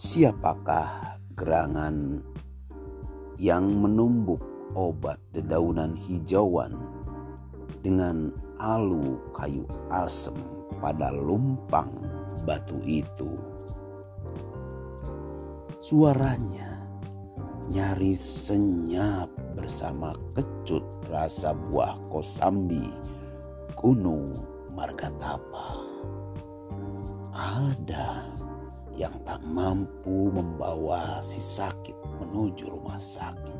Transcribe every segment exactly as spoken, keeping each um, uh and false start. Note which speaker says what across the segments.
Speaker 1: Siapakah gerangan yang menumbuk obat dedaunan hijauan dengan alu kayu asem pada lumpang batu itu? Suaranya nyaris senyap bersama kecut rasa buah kosambi Gunung Margatapa. Ada yang tak mampu membawa si sakit menuju rumah sakit.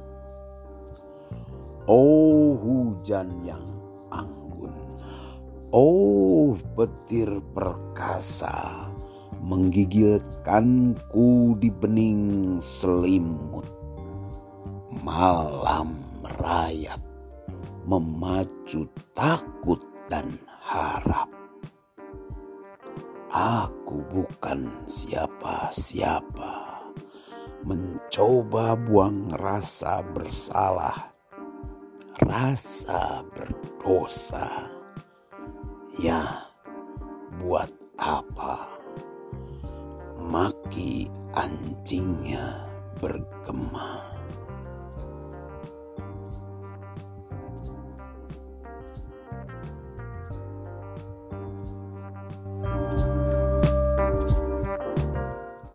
Speaker 1: Oh hujan yang anggun, oh petir perkasa, menggigilkanku di bening selimut. Malam merayap, memacu takut dan harap. Aku bukan siapa-siapa, mencoba buang rasa bersalah, rasa berdosa. Ya, buat apa? Maki anjingnya bergema.